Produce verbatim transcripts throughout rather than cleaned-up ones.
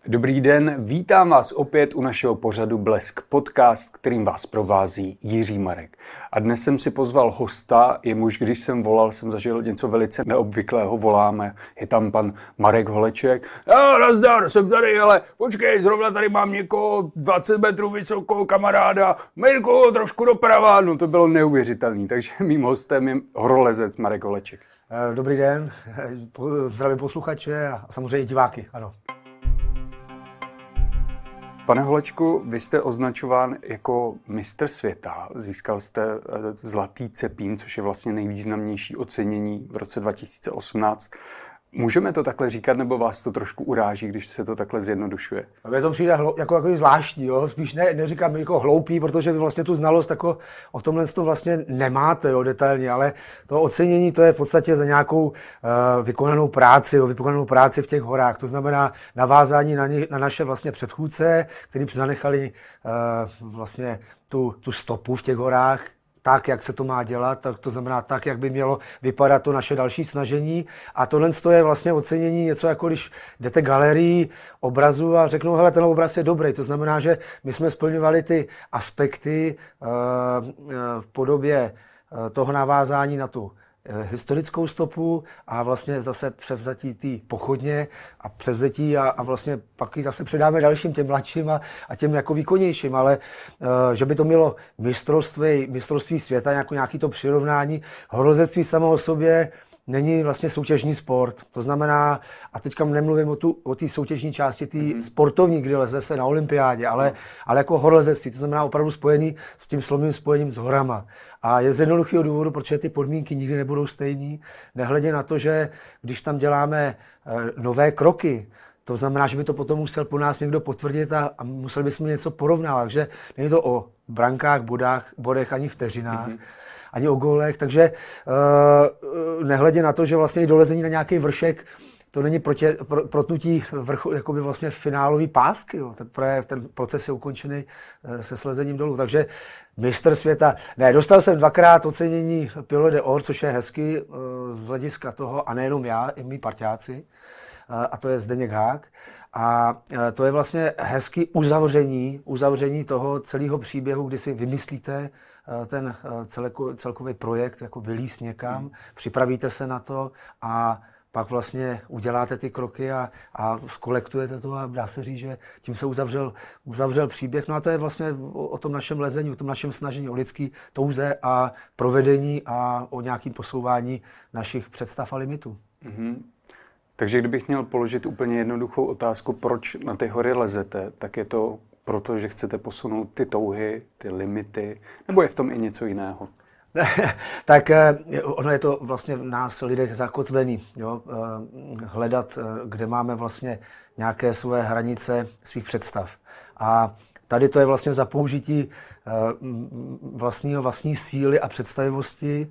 Dobrý den, vítám vás opět u našeho pořadu Blesk podcast, kterým vás provází Jiří Marek. A dnes jsem si pozval hosta, jemuž když jsem volal, jsem zažil něco velice neobvyklého, voláme, je tam pan Marek Holeček. Já, nazdar, jsem tady, ale počkej, zrovna tady mám někoho dvacet metrů vysokého kamaráda, Mirku, trošku doprava, no to bylo neuvěřitelný, takže mým hostem je horolezec Marek Holeček. Dobrý den, zdravím posluchače a samozřejmě diváky, ano. Pane Holečku, vy jste označován jako mistr světa. Získal jste zlatý cepín, což je vlastně nejvýznamnější ocenění v roce dva tisíce osmnáct. Můžeme to takhle říkat, nebo vás to trošku uráží, když se to takhle zjednodušuje? Mně to přijde hlo, jako, jako zvláštní, jo? Spíš ne, neříkám jako hloupý, protože vy vlastně tu znalost jako o tomhle to vlastně nemáte, jo, detailně, ale to ocenění to je v podstatě za nějakou uh, vykonanou práci, jo, vykonanou práci v těch horách. To znamená navázání na, ně, na naše vlastně předchůdce, kteří zanechali uh, vlastně tu, tu stopu v těch horách, tak, jak se to má dělat, tak to znamená tak, jak by mělo vypadat to naše další snažení. A tohle je vlastně ocenění něco jako když jdete galerii obrazu a řeknou, hele, ten obraz je dobrý. To znamená, že my jsme splňovali ty aspekty uh, uh, v podobě uh, toho navázání na tu historickou stopu a vlastně zase převzatí té pochodně a převzetí a, a vlastně pak ji zase předáme dalším, těm mladším a, a těm jako výkonnějším, ale uh, že by to mělo mistrovství, mistrovství světa, jako nějaký to přirovnání, horolezectví samo o sobě není vlastně soutěžní sport. To znamená, a teďka nemluvím o té o soutěžní části, té mm-hmm. sportovní, kdy leze se na olympiádě, ale, mm. ale jako horolezectví, to znamená opravdu spojený s tím slovným spojením s horama. A je z jednoduchého důvodu, protože ty podmínky nikdy nebudou stejný, nehledě na to, že když tam děláme nové kroky, to znamená, že by to potom musel po nás někdo potvrdit a, a museli bychom něco porovnávat. Takže není to o brankách, bodách, bodech ani vteřinách. Mm-hmm. ani o gólech, takže uh, nehledě na to, že vlastně i dolezení na nějaký vršek, to není protě, pro, protnutí vrchu, jakoby vlastně finálový pásky, jo. Ten, ten proces je ukončený uh, se slezením dolů, takže mistr světa, ne, dostal jsem dvakrát ocenění Pilote d'Or, což je hezky uh, z hlediska toho, a nejenom já, i mý parťáci, uh, a to je Zdeněk Hák. A uh, to je vlastně hezky uzavření, uzavření toho celého příběhu, kdy si vymyslíte ten celkový projekt, jako vylíz někam, hmm. připravíte se na to a pak vlastně uděláte ty kroky a, a skolektujete to a dá se říct, že tím se uzavřel, uzavřel příběh. No a to je vlastně o, o tom našem lezení, o tom našem snažení, o lidský touze a provedení a o nějakém posouvání našich představ a limitů. Hmm. Takže kdybych měl položit úplně jednoduchou otázku, proč na ty hory lezete, tak je to proto, že chcete posunout ty touhy, ty limity, nebo je v tom i něco jiného? Tak ono je to vlastně v nás lidech zakotvený, jo? Hledat, kde máme vlastně nějaké své hranice svých představ. A tady to je vlastně za použití vlastního, vlastní síly a představivosti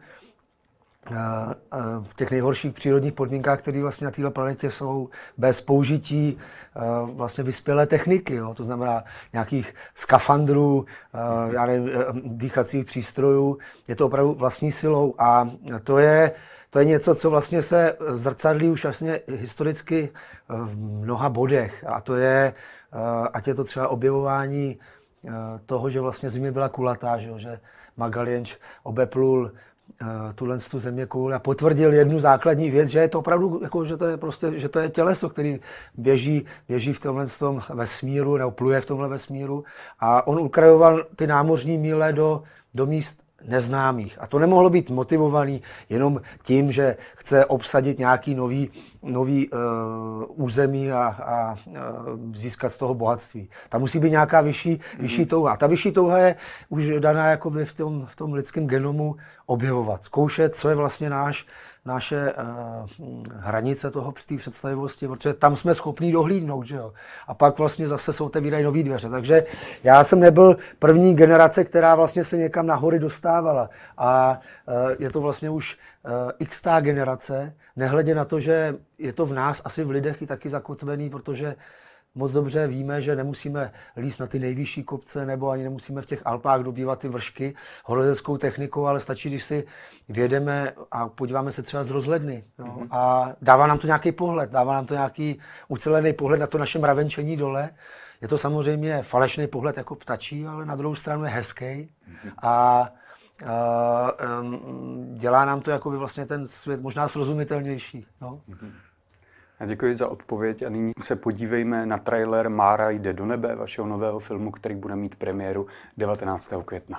v těch nejhorších přírodních podmínkách, které vlastně na této planetě jsou, bez použití vlastně vyspělé techniky, jo? To znamená nějakých skafandrů, já nevím, dýchacích přístrojů, je to opravdu vlastní silou a to je, to je něco, co vlastně se zrcadlí už vlastně historicky v mnoha bodech a to je, ať je to třeba objevování toho, že vlastně Země byla kulatá, že, že Magalhães obeplul tuhle tu zeměkouli a potvrdil jednu základní věc, že je to opravdu, jako, že to je prostě, že to je těleso, který běží, běží v tomhle tom vesmíru, nebo pluje v tomhle vesmíru a on ukrajoval ty námořní míle do, do míst neznámých. A to nemohlo být motivovaný jenom tím, že chce obsadit nějaký nový, nový uh, území a, a uh, získat z toho bohatství. Tam musí být nějaká vyšší, mm-hmm. vyšší touha. A ta vyšší touha je už daná jakoby v tom, v tom lidském genomu objevovat, zkoušet, co je vlastně náš, naše uh, hranice toho té představivosti, protože tam jsme schopní dohlídnout, že jo. A pak vlastně zase se otevírají nový dveře. Takže já jsem nebyl první generace, která vlastně se někam na hory dostávala. A uh, je to vlastně už uh, xtá generace, nehledě na to, že je to v nás asi v lidech i taky zakotvený, protože moc dobře víme, že nemusíme líst na ty nejvyšší kopce nebo ani nemusíme v těch Alpách dobývat ty vršky horolezeckou technikou, ale stačí, když si vědeme a podíváme se třeba z rozhledny. Jo? Mm-hmm. A dává nám to nějaký pohled, dává nám to nějaký ucelený pohled na to naše mravenčení dole. Je to samozřejmě falešný pohled jako ptačí, ale na druhou stranu je hezký. Mm-hmm. A Uh, um, dělá nám to jakoby vlastně ten svět možná srozumitelnější. No? Mm-hmm. Já děkuji za odpověď a nyní se podívejme na trailer Mára jde do nebe, vašeho nového filmu, který bude mít premiéru devatenáctého května.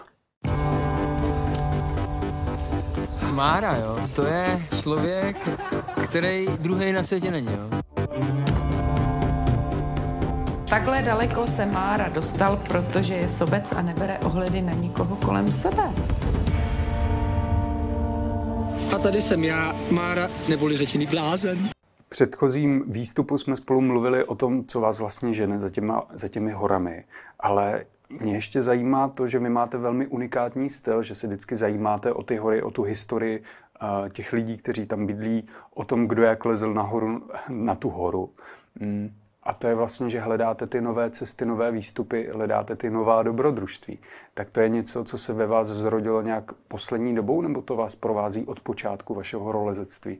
Mára, jo, to je člověk, který druhý na světě není, jo. Takhle daleko se Mára dostal, protože je sobec a nebere ohledy na nikoho kolem sebe. A tady jsem já, Mára, neboli řečený blázen. V předchozím výstupu jsme spolu mluvili o tom, co vás vlastně žene za, těma, za těmi horami, ale mě ještě zajímá to, že vy máte velmi unikátní styl, že se vždycky zajímáte o ty hory, o tu historii uh, těch lidí, kteří tam bydlí, o tom, kdo jak lezl nahoru, na tu horu. Mm. A to je vlastně, že hledáte ty nové cesty, nové výstupy, hledáte ty nová dobrodružství. Tak to je něco, co se ve vás zrodilo nějak poslední dobou, nebo to vás provází od počátku vašeho horolezectví?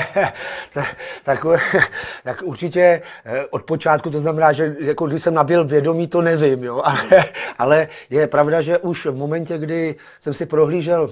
tak, tak, tak určitě od počátku, to znamená, že jako když jsem nabyl vědomí, to nevím, jo? Ale, ale je pravda, že už v momentě, kdy jsem si prohlížel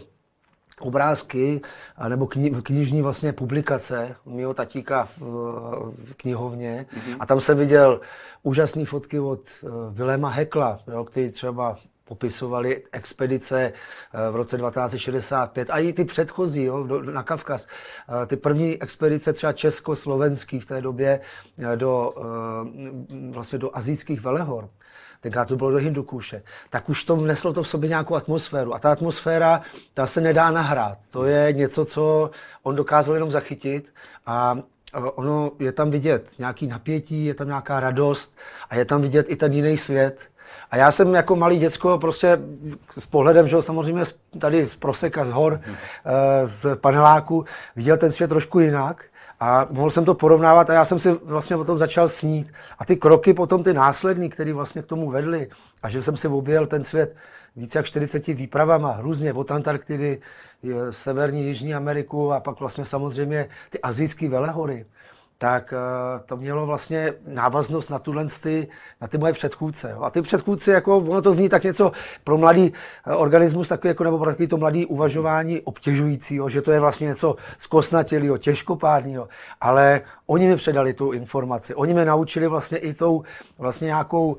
obrázky nebo kni, knižní vlastně publikace mýho tatíka v, v knihovně mm-hmm. a tam jsem viděl úžasné fotky od Viléma Hekla, jo, který třeba popisovali expedice v roce devatenáct set šedesát pět a i ty předchozí, jo, do, na Kavkaz. Ty první expedice třeba československý v té době do, vlastně do asijských velehor. Tenkrát to bylo do Hindukuše, tak už to vneslo to v sobě nějakou atmosféru. A ta atmosféra, ta se nedá nahrát. To je něco, co on dokázal jenom zachytit a ono je tam vidět nějaký napětí, je tam nějaká radost a je tam vidět i ten jiný svět. A já jsem jako malý děcko prostě s pohledem, že samozřejmě tady z Proseka, z hor, z paneláku, viděl ten svět trošku jinak. A mohl jsem to porovnávat a já jsem si vlastně o tom začal snít. A ty kroky potom, ty následní, které vlastně k tomu vedly, a že jsem si objel ten svět více jak čtyřiceti výpravama, různě od Antarktidy, severní, jižní Ameriku a pak vlastně samozřejmě ty asijské velehory, tak to mělo vlastně návaznost na tuhle ty, na ty moje předchůdce. Jo. A ty předchůdci, jako, ono to zní tak něco pro mladý organismus, takový, jako, nebo pro takový to mladý uvažování obtěžujícího, že to je vlastně něco zkostnatělého, těžkopádného, ale oni mi předali tu informaci, oni mě naučili vlastně i tou vlastně nějakou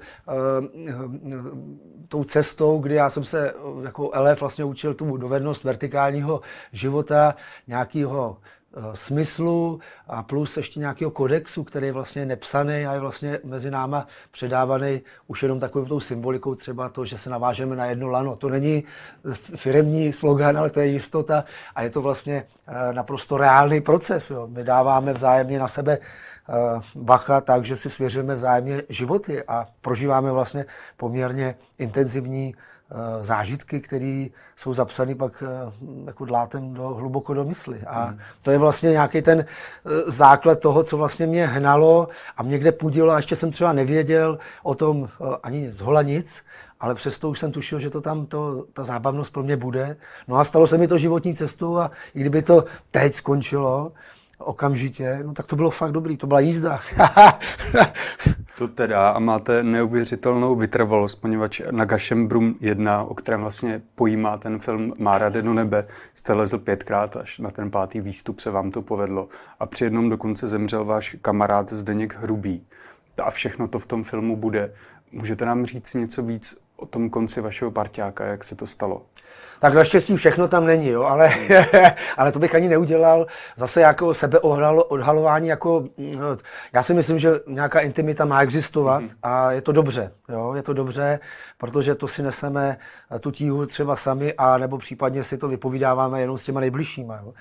uh, tou cestou, kdy já jsem se jako elef vlastně učil tu dovednost vertikálního života, nějakého smyslu a plus ještě nějakého kodexu, který je vlastně nepsaný a je vlastně mezi náma předávaný už jenom takovou tou symbolikou, třeba to, že se navážeme na jedno lano. To není firemní slogan, ale to je jistota a je to vlastně naprosto reálný proces. Jo. My dáváme vzájemně na sebe bacha tak, že si svěřujeme vzájemně životy a prožíváme vlastně poměrně intenzivní zážitky, které jsou zapsané pak jako dlátem do, hluboko do mysli. A hmm. to je vlastně nějaký ten základ toho, co vlastně mě hnalo a mě kde pudilo a ještě jsem třeba nevěděl o tom ani z hola nic, ale přesto už jsem tušil, že to tam to, ta zábavnost pro mě bude. No a stalo se mi to životní cestou a i kdyby to teď skončilo okamžitě, no tak to bylo fakt dobrý, to byla jízda. To teda a máte neuvěřitelnou vytrvalost, poněvadž na Gašembrum jedna, o kterém vlastně pojímá ten film Mára jde do nebe, jste lezl pětkrát, až na ten pátý výstup se vám to povedlo. A při jednom dokonce zemřel váš kamarád Zdeněk Hrubý. A všechno to v tom filmu bude. Můžete nám říct něco víc o tom konci vašeho parťáka, jak se to stalo? Tak naštěstí všechno tam není, jo, ale, ale to bych ani neudělal. Zase jako sebeodhalování, jako, já si myslím, že nějaká intimita má existovat mm-hmm. a je to dobře, jo, je to dobře, protože to si neseme tu tíhu třeba sami a nebo případně si to vypovídáváme jenom s těma nejbližšíma. Jo.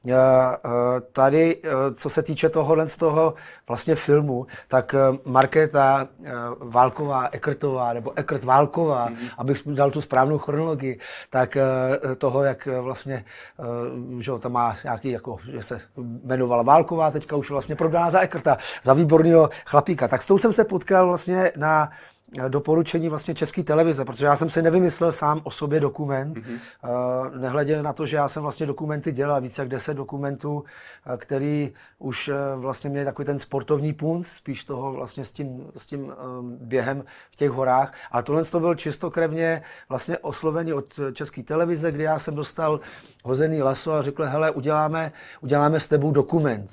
Tady, co se týče tohohle z toho vlastně filmu, tak Markéta Válková, Eckertová nebo Eckert Válková, Válková, mm-hmm. abych dal tu správnou chronologii, tak toho, jak vlastně, že tam má nějaký, jako, že se jmenovala Válková, teďka už vlastně prodána za Eckerta, za výborného chlapíka. Tak s tou jsem se potkal vlastně na doporučení vlastně České televize, protože já jsem si nevymyslel sám o sobě dokument, mm-hmm. nehledě na to, že já jsem vlastně dokumenty dělal, více jak deset dokumentů, který už vlastně měli takový ten sportovní punc, spíš toho vlastně s tím, s tím během v těch horách, ale tohle to byl čistokrevně vlastně oslovený od České televize, kdy já jsem dostal hozený laso a řekl, hele, uděláme, uděláme s tebou dokument.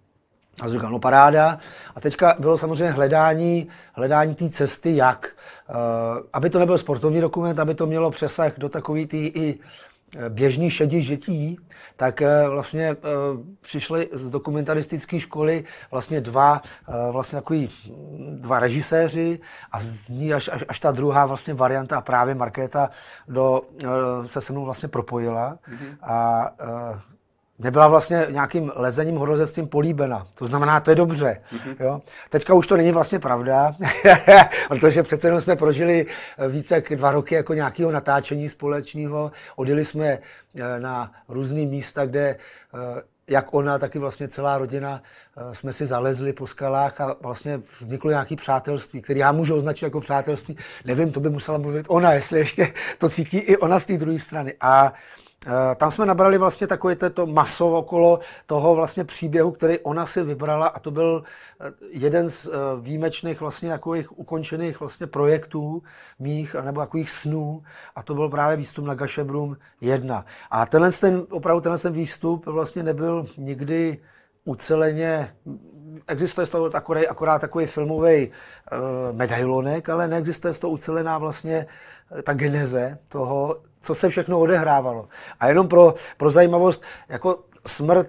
A říkal, no paráda. A teďka bylo samozřejmě hledání, hledání té cesty, jak. Uh, aby to nebyl sportovní dokument, aby to mělo přesah do takový tý i běžný šedí žití, tak uh, vlastně uh, přišli z dokumentaristické školy vlastně dva, uh, vlastně takový dva režiséři a z ní až, až, až ta druhá vlastně varianta a právě Markéta do, uh, se se mnou vlastně propojila. Mm-hmm. A uh, nebyla vlastně nějakým lezením horolezectvím políbena. To znamená, to je dobře. Mm-hmm. Jo? Teďka už to není vlastně pravda, protože přece jenom jsme prožili více jak dva roky jako nějakého natáčení společného. Odjeli jsme na různý místa, kde jak ona, tak i vlastně celá rodina jsme si zalezli po skalách a vlastně vzniklo nějaké přátelství, které já můžu označit jako přátelství. Nevím, to by musela mluvit ona, jestli ještě to cítí i ona z té druhé strany. A tam jsme nabrali vlastně takové to maso okolo toho vlastně příběhu, který ona si vybrala a to byl jeden z výjimečných vlastně takových ukončených vlastně projektů mých nebo takových snů a to byl právě výstup na Gašebrum jedna. A tenhle ten, opravdu tenhle ten výstup vlastně nebyl nikdy uceleně, existuje z toho akorát, akorát takový filmový uh, medailonek, ale neexistuje z toho ucelená vlastně ta geneze toho, co se všechno odehrávalo. A jenom pro, pro zajímavost, jako smrt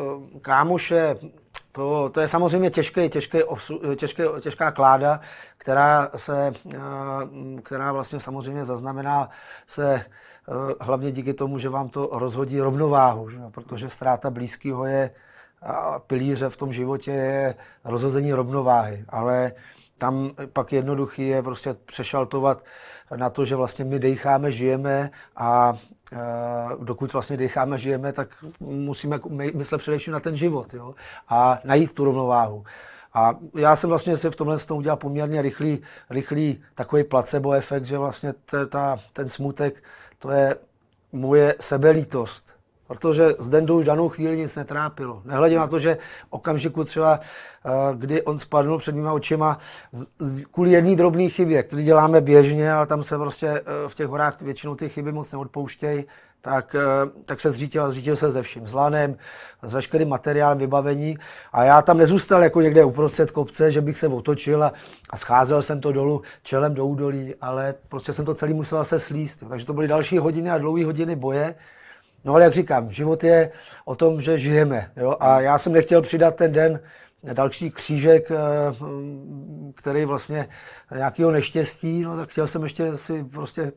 kámoše, to, to je samozřejmě těžké, těžké, těžké, těžká kláda, která se, která vlastně samozřejmě zaznamená se hlavně díky tomu, že vám to rozhodí rovnováhu, že? Protože ztráta blízkého je a pilíře v tom životě je rozhození rovnováhy, ale tam pak jednoduchý je prostě přešaltovat na to, že vlastně my dejcháme, žijeme a e, dokud vlastně dejcháme, žijeme, tak musíme myslet především na ten život, jo? A najít tu rovnováhu. A já jsem vlastně si v tomhle tom udělal poměrně rychlý, rychlý takový placebo efekt, že vlastně ta, ten smutek, to je moje sebelítost. Protože z Dendu už danou chvíli nic netrápilo. Nehledě na to, že okamžiku třeba, kdy on spadl před mýma očima kvůli jedné drobné chybě, který děláme běžně, ale tam se prostě v těch horách většinou ty chyby moc neodpouštějí, tak, tak se zřítil a zřítil se ze vším. S lanem, s veškerým materiálem, vybavení. A já tam nezůstal jako někde uprostřed kopce, že bych se otočil a, a scházel jsem to dolů čelem do údolí, ale prostě jsem to celý musel se slíst. Takže to byly další hodiny a dlouhé hodiny boje. No ale jak říkám, život je o tom, že žijeme. Jo? A já jsem nechtěl přidat ten den další křížek, který vlastně nějakého neštěstí, no tak chtěl jsem ještě si prostě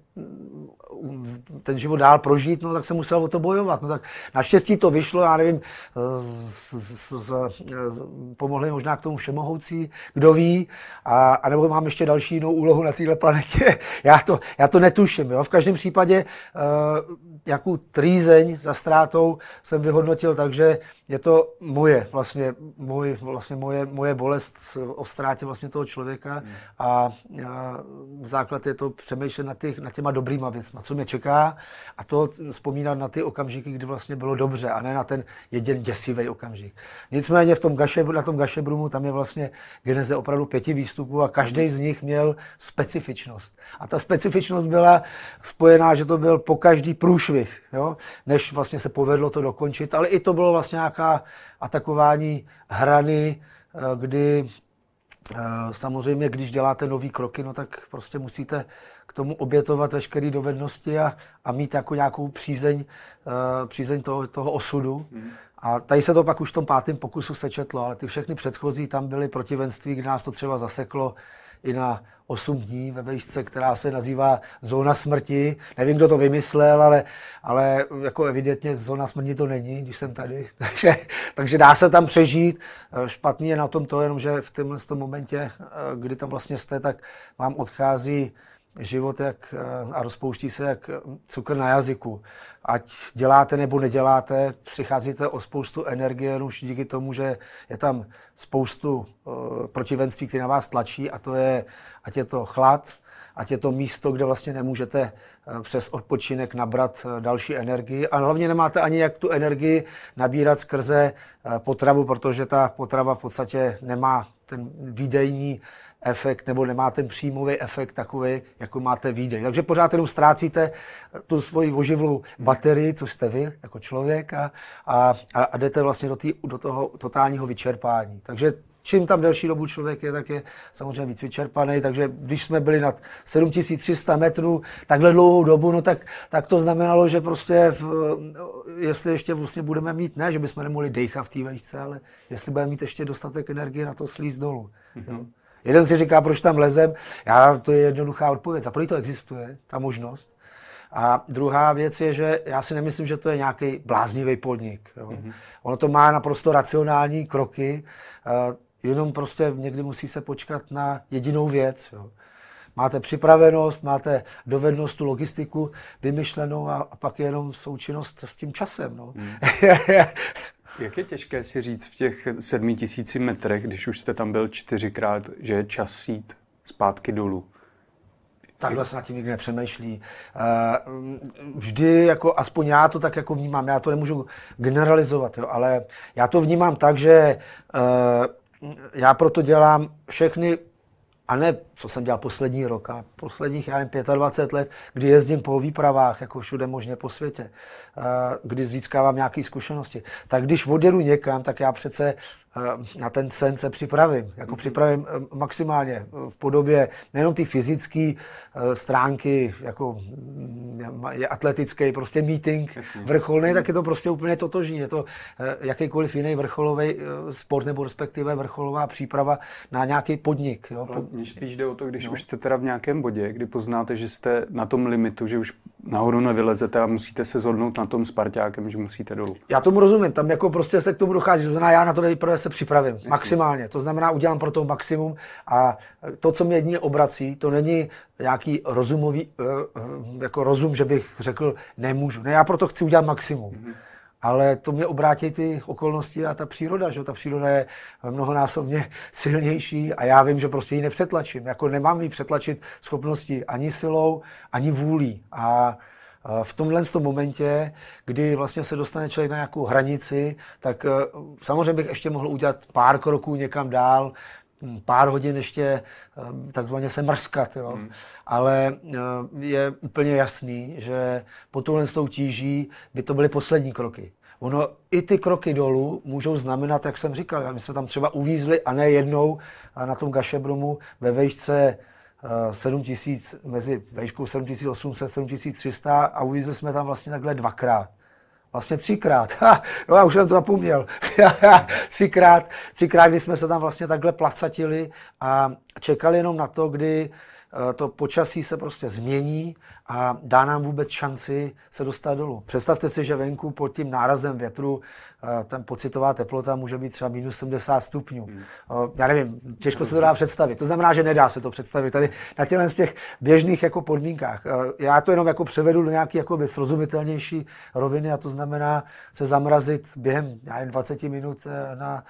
ten život dál prožít, no tak jsem musel o to bojovat. No tak naštěstí to vyšlo, já nevím, z, z, z, pomohli možná k tomu všemohoucí, kdo ví, a, a nebo mám ještě další jinou úlohu na této planetě. Já to, já to netuším. Jo? V každém případě jakou trýzeň za ztrátou jsem vyhodnotil, takže je to moje, vlastně, můj, vlastně moje, moje bolest o ztrátě vlastně toho člověka hmm. a, a základ je to přemýšlet nad, těch, nad těma dobrýma věcma, co mě čeká a to vzpomínat na ty okamžiky, kdy vlastně bylo dobře a ne na ten jeden děsivý okamžik. Nicméně v tom Gaše, na tom Gašebrumu tam je vlastně geneze opravdu pěti výstupů a každý z nich měl specifičnost. A ta specifičnost byla spojená, že to byl po každý průšvih, jo? Než vlastně se povedlo to dokončit, ale i to bylo vlastně nějaká atakování hrany, kdy samozřejmě, když děláte nový kroky, no tak prostě musíte k tomu obětovat veškeré dovednosti a, a mít jako nějakou přízeň, přízeň toho, toho osudu. Hmm. A tady se to pak už v tom pátém pokusu sečetlo, ale ty všechny předchozí tam byly protivenství, kdy nás to třeba zaseklo i na osm dní ve vejšce, která se nazývá zóna smrti. Nevím, kdo to vymyslel, ale, ale jako evidentně zóna smrti to není, když jsem tady. takže, takže dá se tam přežít. Špatný je na tom to, jenom že v tomhle momentě, kdy tam vlastně jste, tak vám odchází život jak, a rozpouští se jak cukr na jazyku. Ať děláte nebo neděláte, přicházíte o spoustu energie, už díky tomu, že je tam spoustu uh, protivenství, které na vás tlačí, a to je, ať je to chlad, ať je to místo, kde vlastně nemůžete přes odpočinek nabrat další energii, a hlavně nemáte ani jak tu energii nabírat skrze potravu, protože ta potrava v podstatě nemá ten výdejní efekt, nebo nemá ten příjmový efekt takový, jako máte výdej. Takže pořád jenom ztrácíte tu svoji oživlou baterii, což jste vy jako člověk, a, a, a jdete vlastně do, tý, do toho totálního vyčerpání. Takže čím tam delší dobu člověk je, tak je samozřejmě víc vyčerpaný. Takže když jsme byli nad sedm tisíc tři sta metrů takhle dlouhou dobu, no tak, tak to znamenalo, že prostě, v, jestli ještě vlastně budeme mít, ne, že bychom nemohli dejchat v té vejšce, ale jestli budeme mít ještě dostatek energie na to slízt dolů. Mm-hmm. Jeden si říká, proč tam lezem. Já, to je jednoduchá odpověď. Za první to existuje, ta možnost. A druhá věc je, že já si nemyslím, že to je nějaký bláznivý podnik. Jo. Mm-hmm. Ono to má naprosto racionální kroky, uh, jenom prostě někdy musí se počkat na jedinou věc. Jo. Máte připravenost, máte dovednost, tu logistiku vymyšlenou, a, a pak je jenom součinnost s tím časem. No. Mm. Jak je těžké si říct v těch sedmi tisíci metrech, když už jste tam byl čtyřikrát, že je čas jít zpátky dolů? Takhle se nad tím nikdy nepřemýšlí. Vždy, jako, aspoň já to tak jako vnímám, já to nemůžu generalizovat, jo, ale já to vnímám tak, že já proto dělám všechny, a ne, co jsem dělal poslední rok, a posledních, já nevím, dvacet pět let, kdy jezdím po výpravách, jako všude možně po světě, kdy získávám nějaké zkušenosti. Tak když odjedu někam, tak já přece na ten sen se připravím. Jako připravím maximálně v podobě nejenom ty fyzické stránky, jako je atletický prostě meeting vrcholný, tak je to prostě úplně totožný. Je to jakýkoliv jiný vrcholový sport, nebo respektive vrcholová příprava na nějaký podnik. Jo. Mně spíš jde o to, když no. už jste teda v nějakém bodě, kdy poznáte, že jste na tom limitu, že už nahoru nevylezete a musíte se shodnout na tom s parťákem, že musíte dolů. Já tomu rozumím, tam jako prostě se k tomu dochází, to znamená, já na to nejprve se připravím, Jasně. maximálně, to znamená, udělám pro to maximum, a to, co mě jedině obrací, to není nějaký rozumový, jako rozum, že bych řekl, nemůžu, ne, já proto chci udělat maximum. Mm-hmm. Ale to mě obrátí ty okolnosti a ta příroda, že ta příroda je mnohonásobně silnější a já vím, že prostě ji nepřetlačím. Jako nemám ji přetlačit schopnosti ani silou, ani vůlí. A v tomhle tom momentě, kdy vlastně se dostane člověk na nějakou hranici, tak samozřejmě bych ještě mohl udělat pár kroků někam dál, pár hodin ještě takzvaně se mrskat, jo. Hmm. Ale je úplně jasný, že po tohle s tou tíží by to byly poslední kroky. Ono, i ty kroky dolů můžou znamenat, jak jsem říkal, my jsme tam třeba uvízli, a ne jednou, na tom Gašebrumu ve vejšce sedm tisíc, mezi vejškou sedm tisíc osm set, sedm tisíc tři sta, a uvízli jsme tam vlastně takhle dvakrát. Vlastně třikrát. Ha, no já už jsem to zapomněl. třikrát, třikrát, kdy jsme se tam vlastně takhle placatili a čekali jenom na to, kdy to počasí se prostě změní a dá nám vůbec šanci se dostat dolů. Představte si, že venku pod tím nárazem větru ten pocitová teplota může být třeba minus sedmdesát stupňů. Hmm. Já nevím, těžko se to dá představit. To znamená, že nedá se to představit tady na těchto z těch běžných jako podmínkách. Já to jenom jako převedu do nějaké jako srozumitelnější roviny, a to znamená se zamrazit během já nevím, dvacet minut na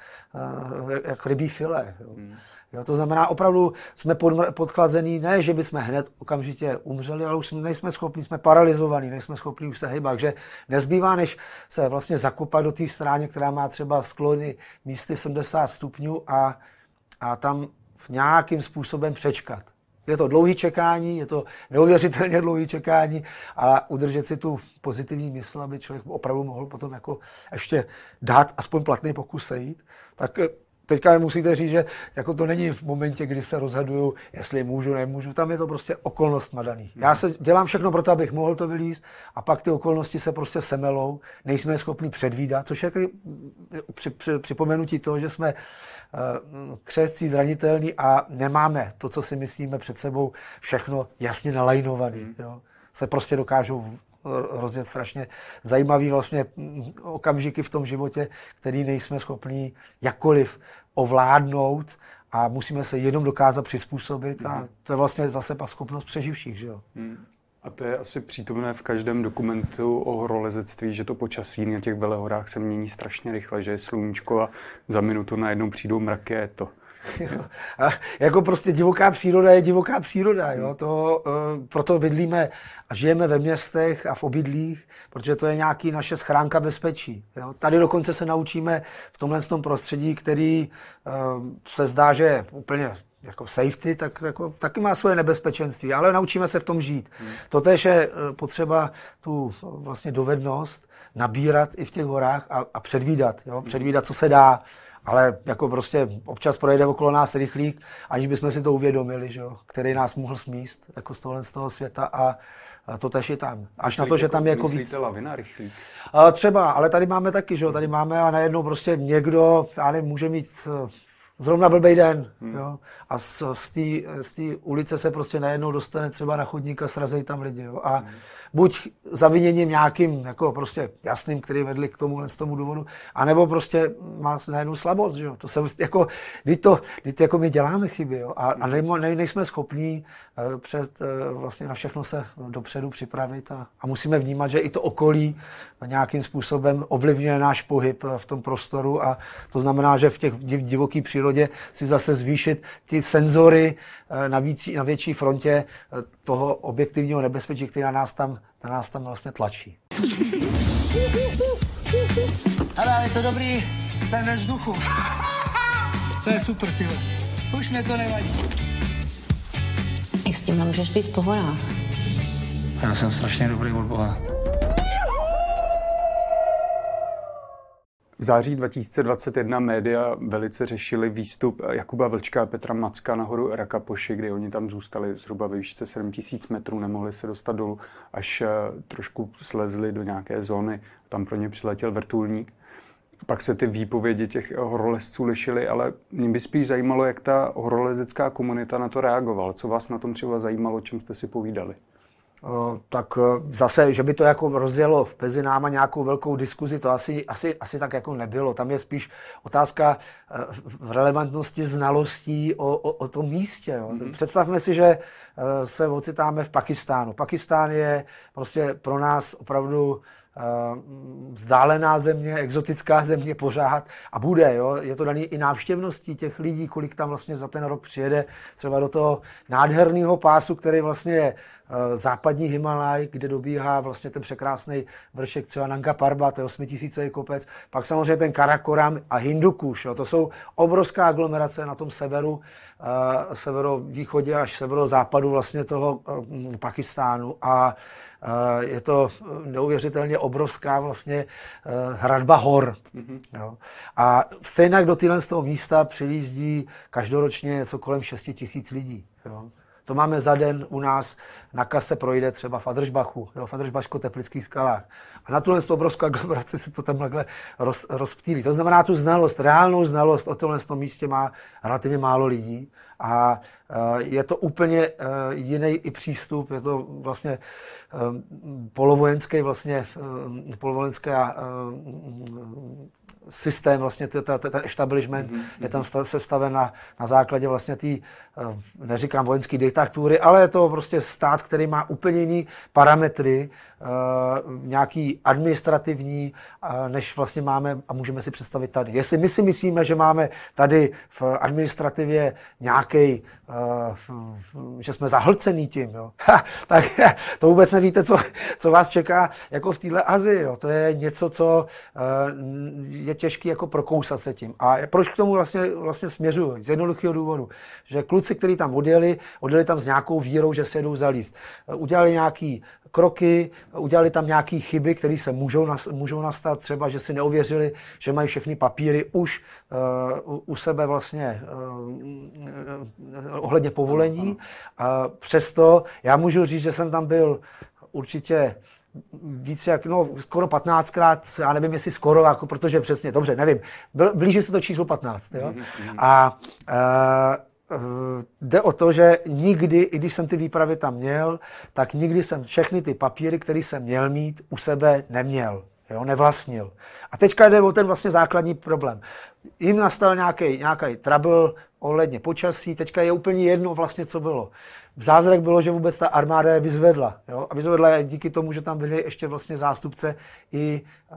jak rybí filé. Hmm. Jo, to znamená, opravdu jsme podchlazený, ne, že bychom hned okamžitě umřeli, ale už nejsme schopni, jsme paralizovaní, nejsme schopni už se hýbat, takže nezbývá, než se vlastně zakopat do té stráně, která má třeba sklony místy sedmdesát stupňů a, a tam v nějakým způsobem přečkat. Je to dlouhý čekání, je to neuvěřitelně dlouhý čekání, a udržet si tu pozitivní mysl, aby člověk opravdu mohl potom jako ještě dát aspoň platný pokus sejít, tak teďka musíte říct, že jako to není v momentě, kdy se rozhoduju, jestli můžu, nemůžu, tam je to prostě okolnostma daný. Já se dělám všechno pro to, abych mohl to vylízt, a pak ty okolnosti se prostě semelou, nejsme schopni předvídat, což je při, při, připomenutí toho, že jsme uh, křehcí, zranitelní a nemáme to, co si myslíme před sebou, všechno jasně nalajnovaný. Jo. Se prostě dokážou rozjet strašně zajímavý vlastně okamžiky v tom životě, který nejsme schopní jakkoliv ovládnout a musíme se jenom dokázat přizpůsobit a to je vlastně zase schopnost přeživších, že jo. Hmm. A to je asi přítomné v každém dokumentu o horolezectví, že to počasí na těch velehorách se mění strašně rychle, že je sluníčko a za minutu najednou přijdou mraky a je to. Jo. A jako prostě divoká příroda je divoká příroda, jo. To, uh, proto bydlíme a žijeme ve městech a v obydlích, protože to je nějaký naše schránka bezpečí. Jo. Tady dokonce se naučíme v tomhle tom prostředí, který uh, se zdá, že je úplně jako safety, tak jako, taky má svoje nebezpečenství, ale naučíme se v tom žít. Hmm. Totéž je potřeba tu vlastně dovednost nabírat i v těch horách a, a předvídat, jo? Předvídat, co se dá, ale jako prostě občas projede okolo nás rychlík, aniž bychom si to uvědomili, že jo? Který nás mohl smíst jako z tohle z toho světa a a to tež je tam. Až na to, že tam je jako víc. Myslíte lavina rychlík? A třeba, ale tady máme taky, že jo? Tady máme a najednou prostě někdo, já nevím, může mít zrovna blbej den, hmm. jo? A z, z té ulice se prostě najednou dostane třeba na chodník a srazej tam lidi, jo? A hmm. buď zaviněním nějakým, jako prostě jasným, který vedli k tomu, z tomu důvodu, anebo prostě má najednou slabost, že jo? To se jako, kdy to, kdy to jako my děláme chyby, jo? A, a nejmo, ne, nejsme schopní uh, před, uh, vlastně na všechno se dopředu připravit a, a musíme vnímat, že i to okolí nějakým způsobem ovlivňuje náš pohyb v tom prostoru a to znamená, že v těch divoké přírodě si zase zvýšit ty senzory na, víc, na větší frontě toho objektivního nebezpečí, který na nás tam, na nás tam vlastně tlačí. Ale je to dobrý, jsem ve vzduchu. To je super, tyhle. Už mě to nevadí. Jak s tímhle můžeš líst po horách? Já jsem strašně dobrý od Boha. V září dva tisíce dvacet jedna média velice řešili výstup Jakuba Vlčka a Petra Macka na horu Rakapoši, kdy oni tam zůstali zhruba ve výšce sedm tisíc metrů, nemohli se dostat dolů, až trošku slezli do nějaké zóny. Tam pro ně přiletěl vrtulník. Pak se ty výpovědi těch horolezců lišily, ale mě by spíš zajímalo, jak ta horolezecká komunita na to reagovala. Co vás na tom třeba zajímalo, čem jste si povídali? Tak zase, že by to jako rozjelo mezi náma nějakou velkou diskuzi, to asi, asi, asi tak jako nebylo. Tam je spíš otázka relevantnosti znalostí o, o, o tom místě. Jo. Mm-hmm. Představme si, že se ocitáme v Pakistánu. Pakistán je prostě pro nás opravdu vzdálená země, exotická země pořád a bude, jo? Je to daný i návštěvností těch lidí, kolik tam vlastně za ten rok přijede třeba do toho nádherného pásu, který vlastně je západní Himalaj, kde dobíhá vlastně ten překrásný vršek třeba Nanga Parbat, to je osmitisícový kopec, pak samozřejmě ten Karakoram a Hindukuš, jo? To jsou obrovská aglomerace na tom severu, uh, severovýchodě až severozápadu vlastně toho uh, Pakistánu a je to neuvěřitelně obrovská vlastně hradba hor. Mm-hmm. Jo. A stejně do téhle z toho místa přijíždí každoročně něco kolem šest tisíc lidí. Jo. To máme za den u nás, na kase projde třeba v Adržbachu, jo, v Adržbaško-Teplických skalách. A na tuhle obrovskou aglomeraci se to tam takhle roz, rozptýlí. To znamená, tu znalost, reálnou znalost o tomhle místě má relativně málo lidí. A je to úplně jiný i přístup, je to vlastně polovojenský vlastně, polovojenský systém, vlastně ten establishment mm-hmm. je tam sestaven na, na základě vlastně té, neříkám vojenské diktatury, ale je to prostě stát, který má úplně jiný parametry, nějaký administrativní, než vlastně máme a můžeme si představit tady. Jestli my si myslíme, že máme tady v administrativě nějaký, že jsme zahlcený tím, jo, tak to vůbec nevíte, co, co vás čeká jako v téhle Asii. Jo. To je něco, co je těžké jako prokousat se tím. A proč k tomu vlastně, vlastně směřuji? Z jednoduchého důvodu, že kluci, kteří tam odjeli, odjeli tam s nějakou vírou, že se jedou zalíst. Udělali nějaký kroky, udělali tam nějaké chyby, které se můžou, můžou nastat, třeba, že si neověřili, že mají všechny papíry už uh, u sebe vlastně uh, ohledně povolení. A přesto já můžu říct, že jsem tam byl určitě víc jak, no, skoro patnáctkrát, já nevím, jestli skoro, jako, protože přesně, dobře, nevím, blíží se to číslo patnáct, jo? Mm-hmm. A uh, jde o to, že nikdy, i když jsem ty výpravy tam měl, tak nikdy jsem všechny ty papíry, které jsem měl mít, u sebe neměl. jo, nevlastnil. A teďka jde o ten vlastně základní problém. Jim nastal nějaký, nějaký trouble ohledně počasí, teďka je úplně jedno vlastně, co bylo. Zázrak bylo, že vůbec ta armáda je vyzvedla. Jo? A vyzvedla je díky tomu, že tam byli ještě vlastně zástupce i uh,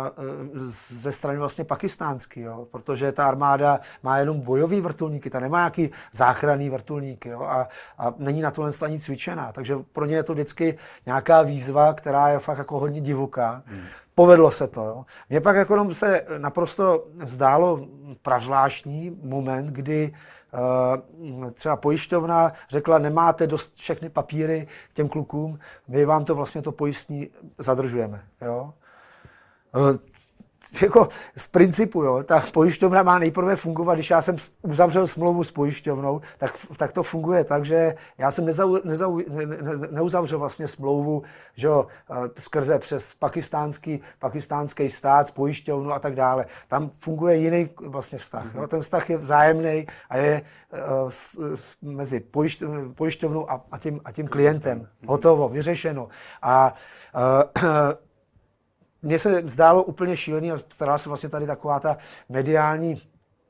ze strany vlastně pakistánský, jo? Protože ta armáda má jenom bojový vrtulníky, ta nemá nějaký záchranný vrtulníky, jo? A, a není na tohle ani cvičená. Takže pro ně je to vždycky nějaká výzva, která je fakt jako hodně divoká. Hmm. Povedlo se to. Jo? Mně pak jako se naprosto zdálo prazvláštní moment, kdy uh, třeba pojišťovna řekla, nemáte dost všechny papíry k těm klukům, my vám to vlastně to pojistní zadržujeme. Jo? Uh, jako z principu, jo, ta pojišťovna má nejprve fungovat, když já jsem uzavřel smlouvu s pojišťovnou, tak, tak to funguje tak, že já jsem nezau, nezau, ne, ne, neuzavřel vlastně smlouvu, že jo, skrze přes pakistánský, pakistánský stát s pojišťovnou a tak dále. Tam funguje jiný vlastně vztah. Jo. Ten vztah je vzájemný a je uh, s, s, mezi pojišť, pojišťovnou a, a, tím, a tím klientem. Hotovo, vyřešeno. A uh, mně se zdálo úplně šílený a starala se vlastně tady taková ta mediální uh,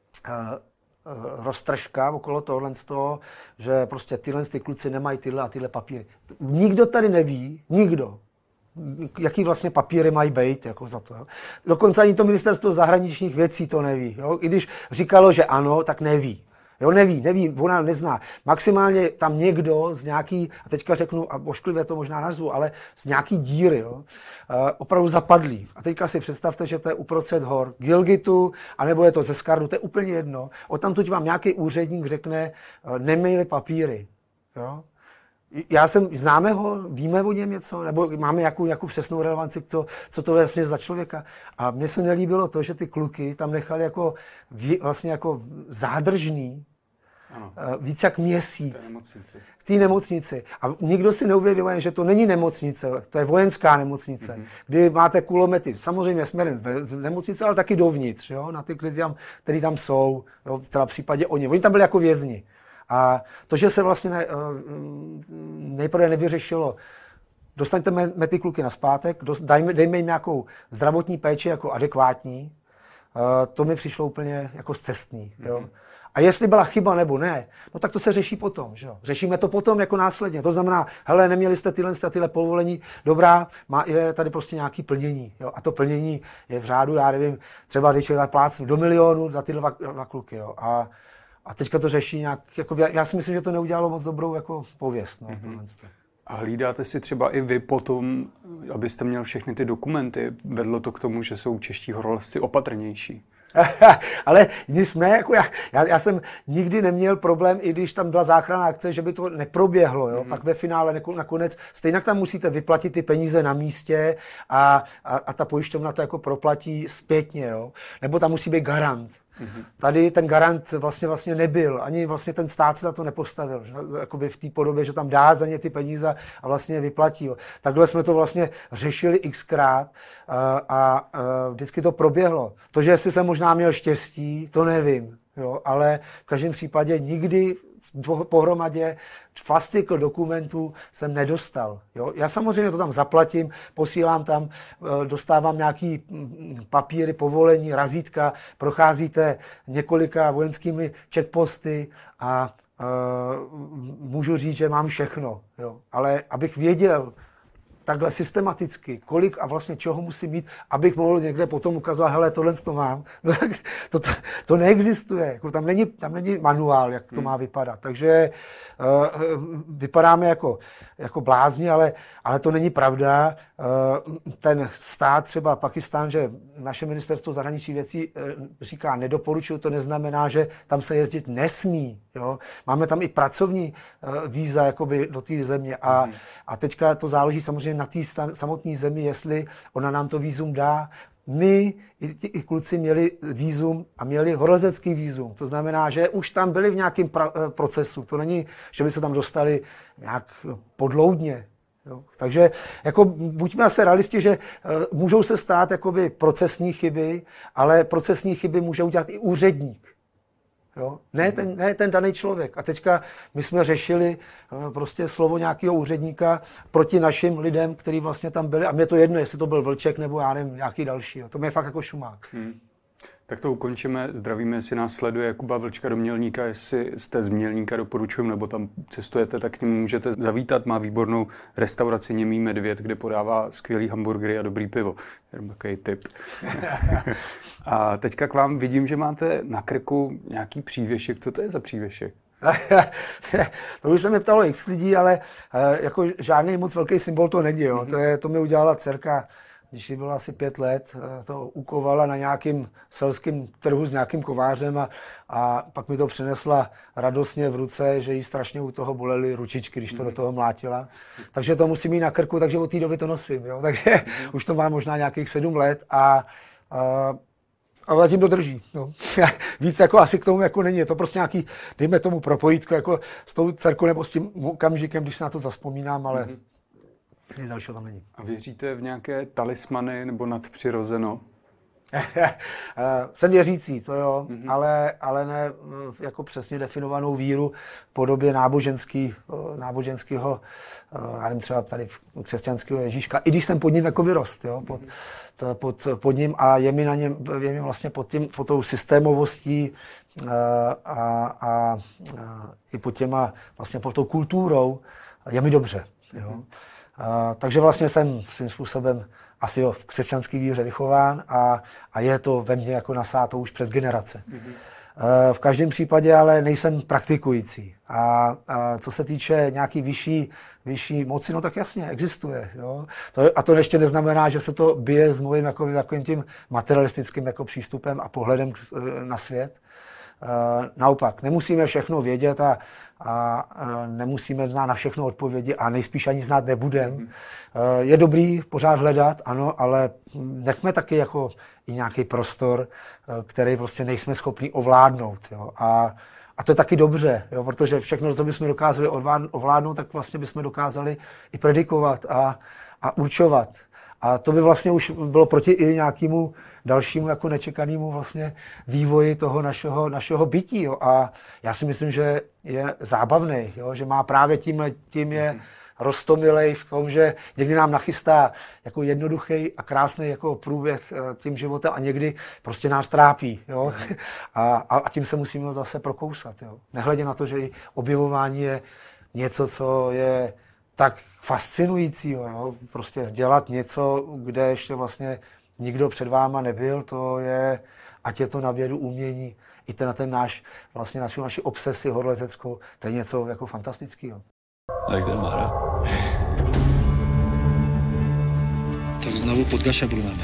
uh, roztržka okolo tohle z toho, že prostě tyhle ty kluci nemají tyhle a tyhle papíry. Nikdo tady neví, nikdo, jaký vlastně papíry mají být jako za to. Jo. Dokonce ani to ministerstvo zahraničních věcí to neví. Jo. I když říkalo, že ano, tak neví. Jo, neví, neví, ona nezná. Maximálně tam někdo z nějaký, a teďka řeknu, a ošklivě to možná nazvu, ale z nějaký díry, jo, opravdu zapadlý. A teďka si představte, že to je uprostřed hor Gilgitu, anebo je to ze Skardu, to je úplně jedno. Odtamtud vám nějaký úředník řekne, neměli papíry. Jo. Já jsem, známe ho, víme o něm něco, nebo máme nějakou, nějakou přesnou relevanci, co, co to je vlastně za člověka. A mně se nelíbilo to, že ty kluky tam nechali jako, vlastně jako zádržný, ano. Víc jak měsíc v té nemocnici. A nikdo si neuvědomuje, že to není nemocnice, to je vojenská nemocnice, mm-hmm. kdy máte kulomety, samozřejmě směrem z nemocnice, ale taky dovnitř, jo, na ty, kteří tam, který tam jsou, jo, v případě oni. Oni tam byli jako vězni. A to, že se vlastně ne, nejprve nevyřešilo, dostaňte me ty kluky nazpátek, dejme, dejme jim nějakou zdravotní péči jako adekvátní, to mi přišlo úplně jako scestný. Jo. A jestli byla chyba nebo ne, no tak to se řeší potom. Že jo. Řešíme to potom jako následně. To znamená, hele, neměli jste tyhle, tyhle povolení, dobrá, má, je tady prostě nějaké plnění. Jo. A to plnění je v řádu, já nevím, třeba když je plácnu do milionu za tyhle dva, dva kluky. Jo. A A teďka to řeší nějak, jako, já si myslím, že to neudělalo moc dobrou jako pověst. No, mm-hmm. A hlídáte si třeba i vy potom, abyste měl všechny ty dokumenty, vedlo to k tomu, že jsou čeští horolezci opatrnější? Ale my jsme, jako já, já, já jsem nikdy neměl problém, i když tam byla záchranná akce, že by to neproběhlo. Jo? Mm. Pak ve finále nakonec, stejně tam musíte vyplatit ty peníze na místě a, a, a ta pojišťovna to jako proplatí zpětně. Jo? Nebo tam musí být garant. Mm-hmm. Tady ten garant vlastně, vlastně nebyl, ani vlastně ten stát se za to nepostavil, že? Jakoby v té podobě, že tam dá za ně ty peníze a vlastně je vyplatí. Jo. Takhle jsme to vlastně řešili xkrát a, a, a vždycky to proběhlo. To, že jestli jsem možná měl štěstí, to nevím, jo, ale v každém případě nikdy pohromadě fascikl dokumentů jsem nedostal. Jo? Já samozřejmě to tam zaplatím, posílám tam, dostávám nějaký papíry, povolení, razítka, procházíte několika vojenskými checkposty a uh, můžu říct, že mám všechno. Jo? Ale abych věděl takhle systematicky, kolik a vlastně čeho musím mít, abych mohl někde potom ukazovat, hele, tohle to mám. No, to, to, to neexistuje. Jako, tam, není, tam není manuál, jak to má vypadat. Takže uh, vypadáme jako, jako blázni, ale, ale to není pravda. Uh, ten stát, třeba Pakistán, že naše ministerstvo zahraničních věcí uh, říká nedoporučuju, to neznamená, že tam se jezdit nesmí. Jo? Máme tam i pracovní uh, víza jakoby, do té země a, mm. a teďka to záleží samozřejmě na té samotné zemi, jestli ona nám to vízum dá. My, i, i kluci, měli vízum a měli horolezecký vízum. To znamená, že už tam byli v nějakém pra, procesu. To není, že by se tam dostali nějak podloudně. Jo. Takže jako, buďme asi realisti, že uh, můžou se stát jakoby procesní chyby, ale procesní chyby může udělat i úředník. Jo? Ne, ten, ne ten daný člověk. A teďka my jsme řešili prostě slovo nějakého úředníka proti našim lidem, kteří vlastně tam byli. A mě to jedno, jestli to byl Vlček nebo já nevím, nějaký další. Jo? To mě je fakt jako šumák. Hmm. Tak to ukončíme. Zdravíme, jestli nás sleduje Kuba Vlčka do Mělníka, jestli jste z Mělníka, doporučujeme, nebo tam cestujete, tak k němu můžete zavítat. Má výbornou restauraci Němý medvěd, kde podává skvělý hamburgery a dobrý pivo. Jenom takový tip. A teďka k vám vidím, že máte na krku nějaký přívěšek. Co to je za přívěšek? To už se mě ptalo x lidí, ale jako žádný moc velký symbol to není. Jo. Mm-hmm. To, je, to mi udělala dcerka, když jí bylo asi pět let, to ukovala na nějakým selském trhu s nějakým kovářem a, a pak mi to přinesla radostně v ruce, že jí strašně u toho bolely ručičky, když to mm. do toho mlátila. Takže to musím mít na krku, takže od té doby to nosím. Jo? Takže mm. už to má možná nějakých sedm let a, a, a zatím to drží. No. Víc jako asi k tomu jako není. Je to prostě nějaký, dejme tomu propojítko jako s tou dcerkou nebo s tím okamžikem, když se na to zazpomínám, ale mm. nic dalšího tam není. A věříte v nějaké talismany nebo nadpřirozeno? Jsem věřící, to jo, mm-hmm. ale, ale ne jako přesně definovanou víru v podobě náboženský, náboženského, já nevím, třeba tady křesťanského Ježíška, i když jsem pod ním jako vyrost, jo, pod, to, pod, pod ním a je mi na něm, je mi vlastně pod, tím, pod tou systémovostí a, a, a, a i pod těma, vlastně pod tou kulturou je mi dobře, jo. Mm-hmm. Uh, takže vlastně jsem svým způsobem asi jo, v křesťanské víře vychován a, a je to ve mně jako nasáto už přes generace. Mm-hmm. Uh, v každém případě ale nejsem praktikující. A, a co se týče nějaký vyšší, vyšší moci, no tak jasně, existuje. Jo? To, a to ještě neznamená, že se to bije s mojím jako, takovým tím materialistickým jako přístupem a pohledem na svět. Uh, naopak, nemusíme všechno vědět a, a, a nemusíme znát na všechno odpovědi a nejspíš ani znát nebudem. Mm. Uh, je dobrý pořád hledat, ano, ale nechme taky jako i nějaký prostor, uh, který prostě nejsme schopni ovládnout. Jo? A, a to je taky dobře, jo? Protože všechno, co bychom dokázali ovládnout, tak vlastně bychom dokázali i predikovat a, a určovat. A to by vlastně už bylo proti i nějakému dalšímu jako nečekanému vlastně vývoji toho našeho, našeho bytí. Jo. A já si myslím, že je zábavný, jo, že má právě tím, tím je roztomilej v tom, že někdy nám nachystá jako jednoduchý a krásný jako průběh tím životem a někdy prostě nás trápí. Jo. A, a tím se musíme zase prokousat. Jo. Nehledě na to, že i objevování je něco, co je tak fascinujícího, jo? Prostě dělat něco, kde ještě vlastně nikdo před váma nebyl, to je, ať je to na vědu, umění, i ten na ten náš, vlastně naši, naši obsesi horolezeckou, to je něco jako fantastického. Jak ten Mára? Tak znovu pod Gašabru máme.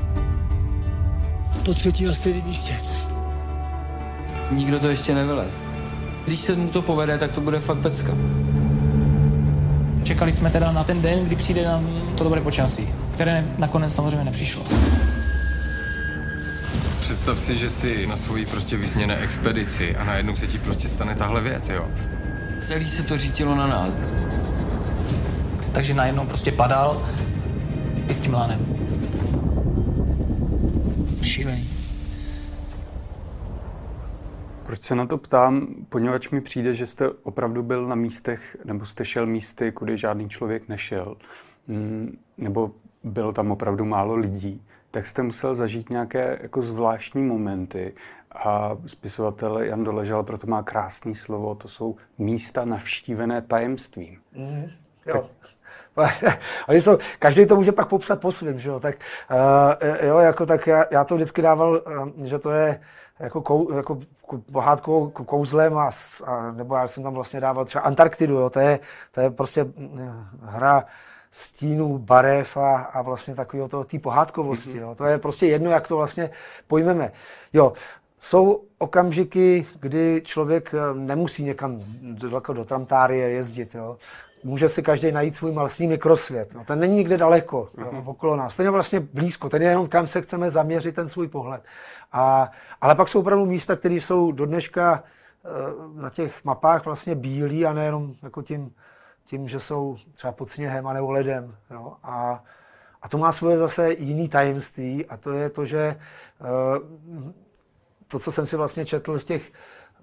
Po třetí na stejném místě. Nikdo to ještě nevylez. Když se mu to povede, tak to bude fakt pecka. Čekali jsme teda na ten den, kdy přijde nám to dobré počasí, které nakonec samozřejmě nepřišlo. Představ si, že jsi na svojí prostě vysněné expedici a najednou se ti prostě stane tahle věc, jo? Celý se to řítilo na nás. Takže najednou prostě padal i s tím lánem. Šílený. Proč se na to ptám? Poněvadž mi přijde, že jste opravdu byl na místech, nebo jste šel místy, kudy žádný člověk nešel, nebo bylo tam opravdu málo lidí, tak jste musel zažít nějaké jako zvláštní momenty a spisovatel Jan Doležal proto má krásné slovo, to jsou místa navštívené tajemstvím. Mm, jo. Tak... Oni jsou, každý to může pak popsat po svým, že jo, tak uh, jo, jako tak já, já to vždycky dával, uh, že to je jako, kou, jako pohádkou kouzlem a, a nebo já jsem tam vlastně dával třeba Antarktidu, jo, to je, to je prostě hra stínů, barev a, a vlastně takového toho, té pohádkovosti, jo, to je prostě jedno, jak to vlastně pojmeme. Jo, jsou okamžiky, kdy člověk nemusí někam do, do Tramtárie jezdit, jo. Může si každý najít svůj vlastní mikrosvět. No, ten není nikde daleko, jo, okolo nás. Ten je vlastně blízko, ten je jenom kam se chceme zaměřit ten svůj pohled. A, ale pak jsou opravdu místa, které jsou do dneška na těch mapách vlastně bílí a nejenom jako tím, tím, že jsou třeba pod sněhem a nebo ledem. Jo. A, a to má svoje zase jiný tajemství a to je to, že to, co jsem si vlastně četl v těch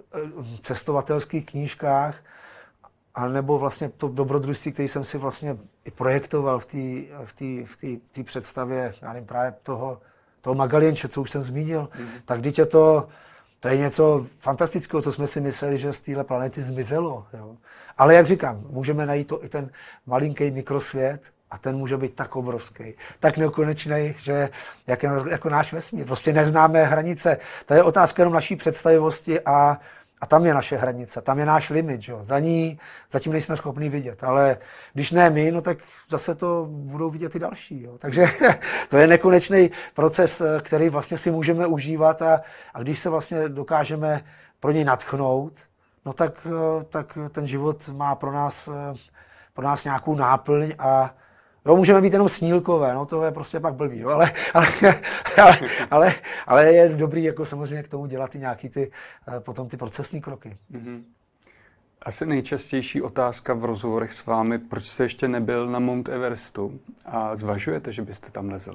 cestovatelských knížkách, a nebo vlastně to dobrodružství, který jsem si vlastně i projektoval v té v té, v té, v té představě, já nevím, právě toho, toho Magalienče, co už jsem zmínil, mm. tak když je to, to je něco fantastického, co jsme si mysleli, že z téhle planety zmizelo. Jo. Ale jak říkám, můžeme najít to i ten malinký mikrosvět a ten může být tak obrovský, tak nekonečný, že jak, jako náš vesmír. Prostě neznáme hranice. To je otázka jenom naší představivosti a A tam je naše hranice, tam je náš limit, jo. Za ní zatím nejsme schopni vidět, ale když ne my, no tak zase to budou vidět i další, jo. Takže to je nekonečný proces, který vlastně si můžeme užívat a, a když se vlastně dokážeme pro něj nadchnout, no tak, tak ten život má pro nás, pro nás nějakou náplň a jo, můžeme být jenom snílkové, no to je prostě pak blbý, jo, ale, ale, ale, ale, ale je dobrý jako samozřejmě k tomu dělat i nějaký ty, potom ty procesní kroky. Mm-hmm. Asi nejčastější otázka v rozhovorech s vámi, proč jste ještě nebyl na Mount Everestu a zvažujete, že byste tam lezl?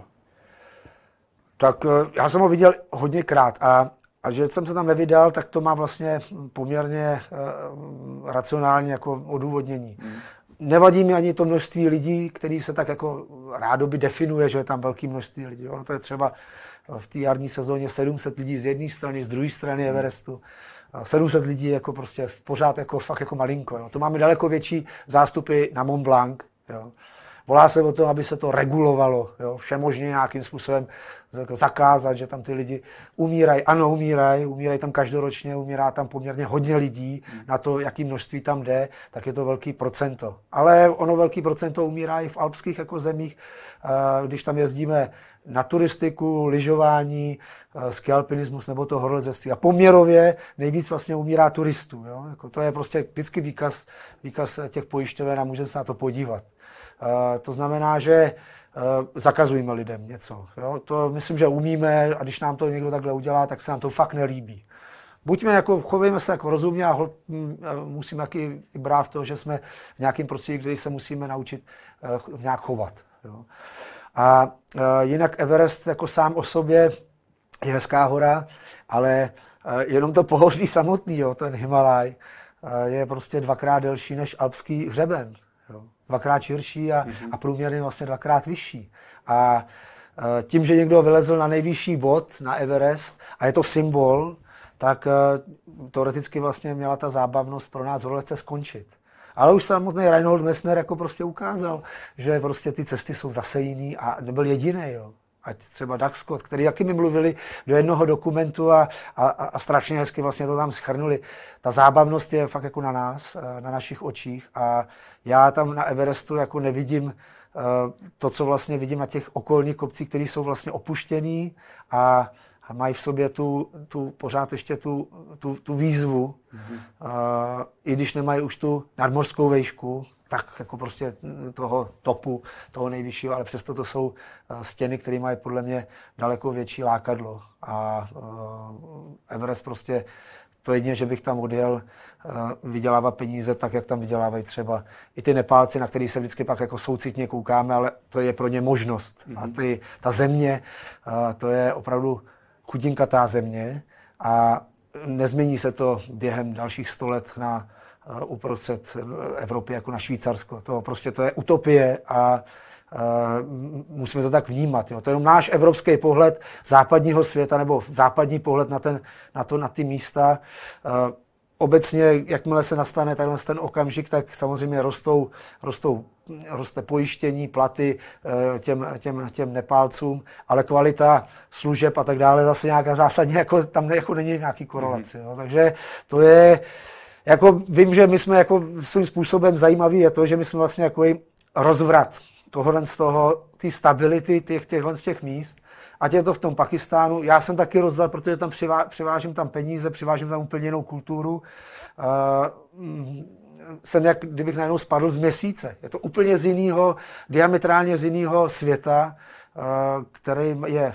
Tak já jsem ho viděl hodněkrát a, a že jsem se tam nevydal, tak to má vlastně poměrně uh, racionálně jako odůvodnění. Mm. Nevadí mi ani to množství lidí, který se tak jako rádoby definuje, že je tam velké množství lidí. Ono to je třeba v té jarní sezóně sedm set lidí z jedné strany, z druhé strany Everestu. sedm set lidí jako prostě pořád jako fakt jako malinko. Jo. To máme daleko větší zástupy na Mont Blanc. Jo. Volá se o to, aby se to regulovalo, jo. Všemožně nějakým způsobem zakázat, že tam ty lidi umírají. Ano, umírají, umírají tam každoročně, umírá tam poměrně hodně lidí, hmm. na to, jaký množství tam jde, tak je to velký procento. Ale ono velký procento umírá i v alpských jako zemích, když tam jezdíme na turistiku, lyžování, skialpinismus nebo to horolezectví. A poměrově nejvíc vlastně umírá turistů. Jo? Jako to je prostě vždycky výkaz, výkaz těch pojišťoven a můžeme se na to podívat. Uh, to znamená, že uh, zakazujeme lidem něco. Jo? To myslím, že umíme a když nám to někdo takhle udělá, tak se nám to fakt nelíbí. Buďme jako, chovejme se jako rozumně a hol, m, musíme taky brát to, že jsme v nějakém prostředí, kde se musíme naučit uh, nějak chovat. Jo? A uh, jinak Everest jako sám o sobě je hezká hora, ale uh, jenom to pohoří samotný, jo, ten Himalaj, uh, je prostě dvakrát delší než alpský hřeben. Jo. Dvakrát širší a, mm-hmm. a průměrně vlastně dvakrát vyšší. A uh, tím, že někdo vylezl na nejvyšší bod, na Everest, a je to symbol, tak uh, teoreticky vlastně měla ta zábavnost pro nás horolezce skončit. Ale už samotný Reinhold Messner jako prostě ukázal, že prostě ty cesty jsou zase jiný a nebyl jediný, jo. Ať třeba Doug Scott, který jaký mi mluvili do jednoho dokumentu a, a, a strašně hezky vlastně to tam shrnuli. Ta zábavnost je fakt jako na nás, na našich očích a já tam na Everestu jako nevidím to, co vlastně vidím na těch okolních kopcích, které jsou vlastně opuštěný a a mají v sobě tu, tu pořád ještě tu, tu, tu výzvu, mm-hmm. uh, i když nemají už tu nadmořskou vejšku, tak jako prostě toho topu, toho nejvyššího, ale přesto to jsou uh, stěny, které mají podle mě daleko větší lákadlo. A uh, Everest prostě, to jedině, že bych tam odjel, uh, vydělávat peníze tak, jak tam vydělávají třeba i ty Nepálci, na který se vždycky pak jako soucitně koukáme, ale to je pro ně možnost. Mm-hmm. A ty, ta země, uh, to je opravdu chudinkatá země a nezmění se to během dalších sto let na uh, uprostřed Evropy jako na Švýcarsko. To prostě to je utopie a uh, musíme to tak vnímat. Jo. To je jenom náš evropský pohled západního světa nebo západní pohled na, ten, na, to, na ty místa. Uh, obecně, jakmile se nastane takhle ten okamžik, tak samozřejmě rostou, rostou, roste pojištění, platy těm, těm, těm Nepálcům, ale kvalita služeb a tak dále zase nějaká zásadně, jako, tam jako není nějaký korelace. Mm-hmm. Takže to je, jako vím, že my jsme jako svým způsobem zajímavý je to, že my jsme vlastně jako rozvrat tohohle z toho, té stability těch, těchhle z těch míst. Ať je to v tom Pakistánu, já jsem taky rozvrat, protože tam přivá, přivážím tam peníze, přivážím tam úplně jinou kulturu. Uh, jsem jak kdybych najednou spadl z měsíce. Je to úplně z jiného, diametrálně z jiného světa, uh, který je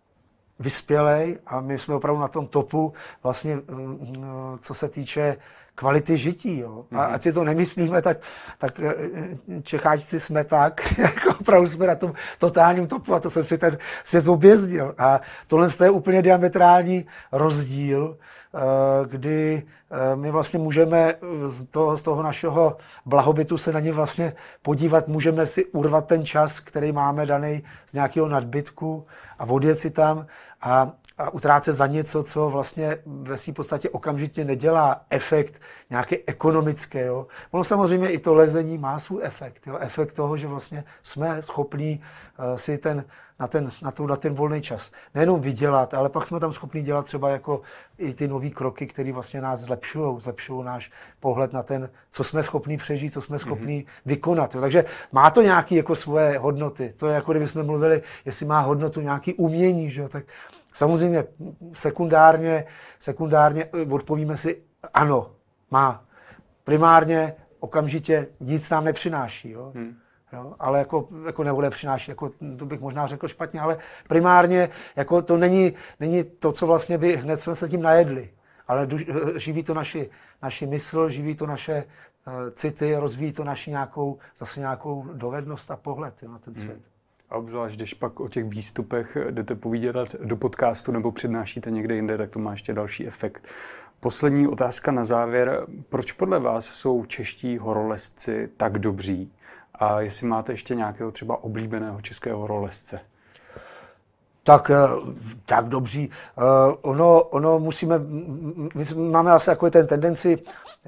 vyspělej a my jsme opravdu na tom topu, vlastně, uh, co se týče kvality žití. Jo. A ať si to nemyslíme, tak, tak Čecháčci jsme tak, jako opravdu jsme na tom totálním topu a to jsem si ten svět objezdil. A tohle je úplně diametrální rozdíl, kdy my vlastně můžeme z toho, z toho našeho blahobytu se na ně vlastně podívat, můžeme si urvat ten čas, který máme daný z nějakého nadbytku a odjet si tam a, a utrácet za něco, co vlastně ve své podstatě okamžitě nedělá efekt nějaký ekonomický. Jo. Ono samozřejmě i to lezení má svůj efekt. Jo. Efekt toho, že vlastně jsme schopní uh, si ten na ten, na, to, na ten volný čas nejenom vydělat, ale pak jsme tam schopni dělat třeba jako i ty nový kroky, které vlastně nás zlepšují, zlepšují náš pohled na ten, co jsme schopni přežít, co jsme schopni mm-hmm. vykonat. Jo. Takže má to nějaké jako svoje hodnoty. To je jako kdybychom mluvili, jestli má hodnotu nějaké umění, že jo, tak samozřejmě sekundárně, sekundárně odpovíme si ano, má. Primárně okamžitě nic nám nepřináší. Jo. Hmm. Jo, ale jako, jako nebo nepřináší, jako, to bych možná řekl špatně, ale primárně jako to není, není to, co vlastně by hned jsme se tím najedli, ale duž, živí to naši, naši mysl, živí to naše uh, city, rozvíjí to naši nějakou, zase nějakou dovednost a pohled jo, na ten svět. Hmm. A obzvlášť, když pak o těch výstupech jdete povídat do podcastu nebo přednášíte někde jinde, tak to má ještě další efekt. Poslední otázka na závěr. Proč podle vás jsou čeští horolezci tak dobří? A jestli máte ještě nějakého třeba oblíbeného českého horolezce? Tak, tak dobří. Ono, ono musíme, my máme asi jako ten tendenci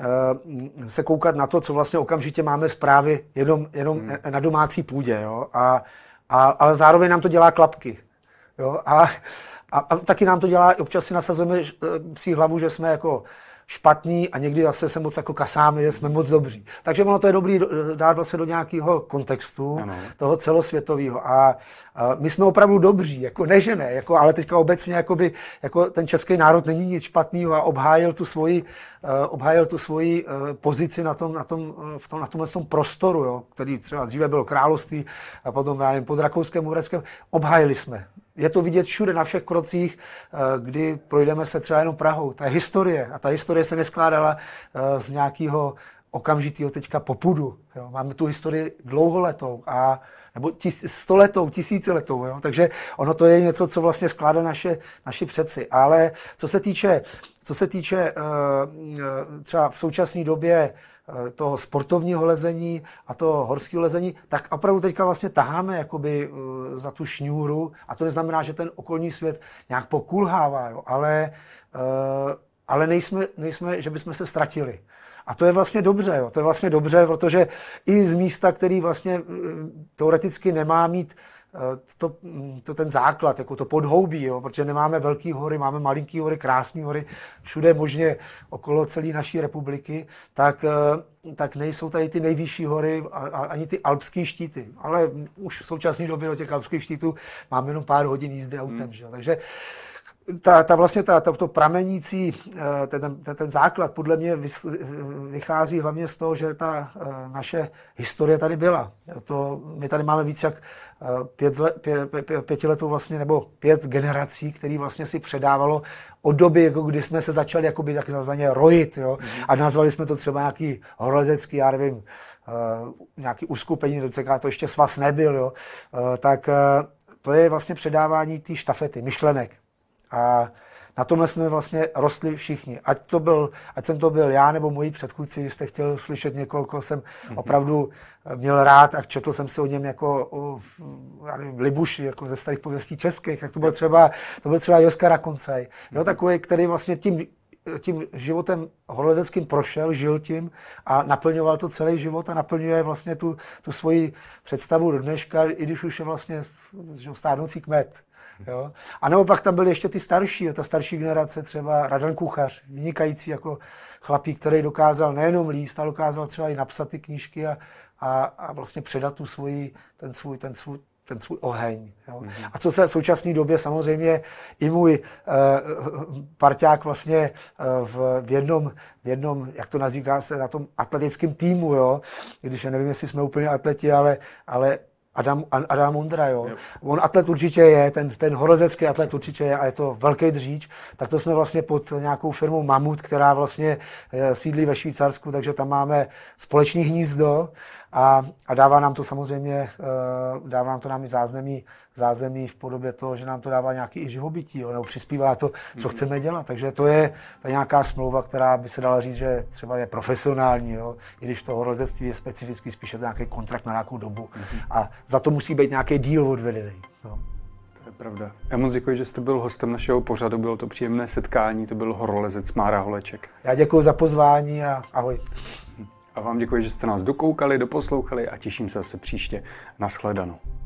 se koukat na to, co vlastně okamžitě máme zprávy jenom, jenom hmm. na domácí půdě. Jo? A, a, ale zároveň nám to dělá klapky. Jo? A, a, a taky nám to dělá, občas si nasazujeme si hlavu, že jsme jako špatní a někdy zase se moc jako kasáme, že jsme moc dobří. Takže ono to je dobrý dát vlastně do nějakého kontextu, ano. toho celosvětového. A, a my jsme opravdu dobří, jako ne, že ne, jako, ale teďka obecně jakoby, jako ten český národ není nic špatného a obhájil tu svoji, uh, obhájil tu svoji uh, pozici na tom, na tom, v tom, na tomhle tom prostoru, jo, který třeba dříve bylo království a potom já nevím, pod Rakouském, Uherskem. Obhájili jsme. Je to vidět všude na všech krocích, kdy projdeme se třeba jenom Prahou. Ta je historie a ta historie se neskládala z nějakého okamžitého teďka popudu. Jo. Máme tu historii dlouholetou a nebo tis, stoletou, tisíciletou. Jo. Takže ono to je něco, co vlastně skládá naše, naši předci. Ale co se týče, co se týče třeba v současné době toho sportovního lezení a toho horského lezení, tak opravdu teďka vlastně taháme jakoby za tu šňůru a to neznamená, že ten okolní svět nějak pokulhává, jo, ale, ale nejsme, nejsme, že bychom se ztratili. A to je vlastně dobře, jo, to je vlastně dobře, protože i z místa, který vlastně teoreticky nemá mít To, to ten základ, jako to podhoubí, jo, protože nemáme velké hory, máme malinký hory, krásné hory, všude možně okolo celé naší republiky, tak, tak nejsou tady ty nejvyšší hory a, a ani ty alpské štíty. Ale už v současné době do těch alpských štítů máme jenom pár hodin jízdy autem. Hmm. Že? Takže ta, ta vlastně ta, ta, to pramenící, ten, ten, ten základ podle mě vychází hlavně z toho, že ta naše historie tady byla. To, my tady máme víc jak pět, pět, pět, pětiletou vlastně, nebo pět generací, který vlastně si předávalo od doby, jako kdy jsme se začali jakoby tak nazvaně rojit, jo? Mm-hmm. A nazvali jsme to třeba nějaký horolezecký, já nevím, uh, nějaký uskupení, docela to ještě svaz nebyl, jo? Uh, tak uh, to je vlastně předávání té štafety, myšlenek. A na tomhle jsme vlastně rostli všichni. Ať, to byl, ať jsem to byl já nebo moji předchůdci, když jste chtěl slyšet někoho, koho jsem opravdu měl rád a četl jsem si o něm jako o, já nevím, Libuš, jako ze starých pověstí českých, tak to byl třeba, to byl třeba Joska Rakoncej. Jo, takový, který vlastně tím, tím životem horolezeckým prošel, žil tím a naplňoval to celý život a naplňuje vlastně tu, tu svoji představu do dneška, i když už je vlastně stárnoucí kmet. Jo? A nebo pak tam byly ještě ty starší, ta starší generace, třeba Radan Kuchař, vynikající jako chlapík, který dokázal nejenom líst, ale dokázal třeba i napsat ty knížky a, a, a vlastně předat tu svoji, ten svůj, ten svůj, ten svůj oheň. Jo? Mm-hmm. A co se v současné době samozřejmě i můj uh, parťák vlastně uh, v, v, jednom, v jednom, jak to nazývá se, na tom atletickém týmu, jo? Když já nevím, jestli jsme úplně atleti, ale, ale Adam, Adam Ondra, jo. jo. On atlet určitě je, ten, ten horolezecký atlet určitě je a je to velký dříč. Tak to jsme vlastně pod nějakou firmou Mamut, která vlastně sídlí ve Švýcarsku, takže tam máme společný hnízdo a, a dává nám to samozřejmě, dává nám to nám i zázemí, zázemí v podobě toho, že nám to dává nějaký i živobytí, jo, nebo přispívá to, co mm. chceme dělat. Takže to je, to je nějaká smlouva, která by se dala říct, že třeba je profesionální, jo, i když to horolezectví je specificky spíše nějaký kontrakt na nějakou dobu. Mm. A za to musí být nějaký díl odvedený. No. To je pravda. Já moc děkuji, že jste byl hostem našeho pořadu, bylo to příjemné setkání, to byl horolezec Mára Holeček. Já děkuji za pozvání a ahoj. A vám děkuji, že jste nás dokoukali, doposlouchali a těším se zase příště. Naschledanou.